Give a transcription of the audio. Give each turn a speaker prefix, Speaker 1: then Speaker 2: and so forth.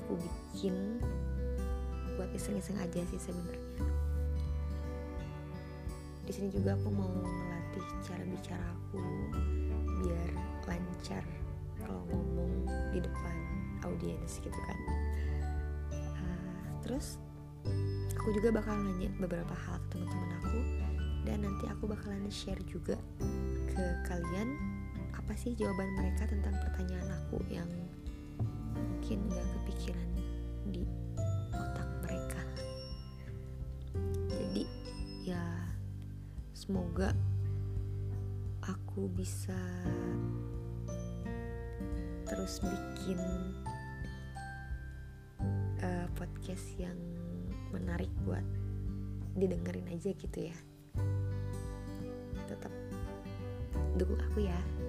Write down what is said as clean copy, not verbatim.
Speaker 1: aku bikin buat iseng-iseng aja sih sebenarnya. Di sini juga aku mau melatih cara bicara aku biar lancar kalau ngomong di depan audiens gitu kan. Terus aku juga bakal nanya beberapa hal ke teman-teman aku, dan nanti aku bakalan share juga ke kalian apa sih jawaban mereka tentang pertanyaan aku yang mungkin gak kepikiran di otak mereka. Jadi ya semoga aku bisa terus bikin podcast yang menarik buat didengerin aja gitu ya. Tetap dukung aku ya.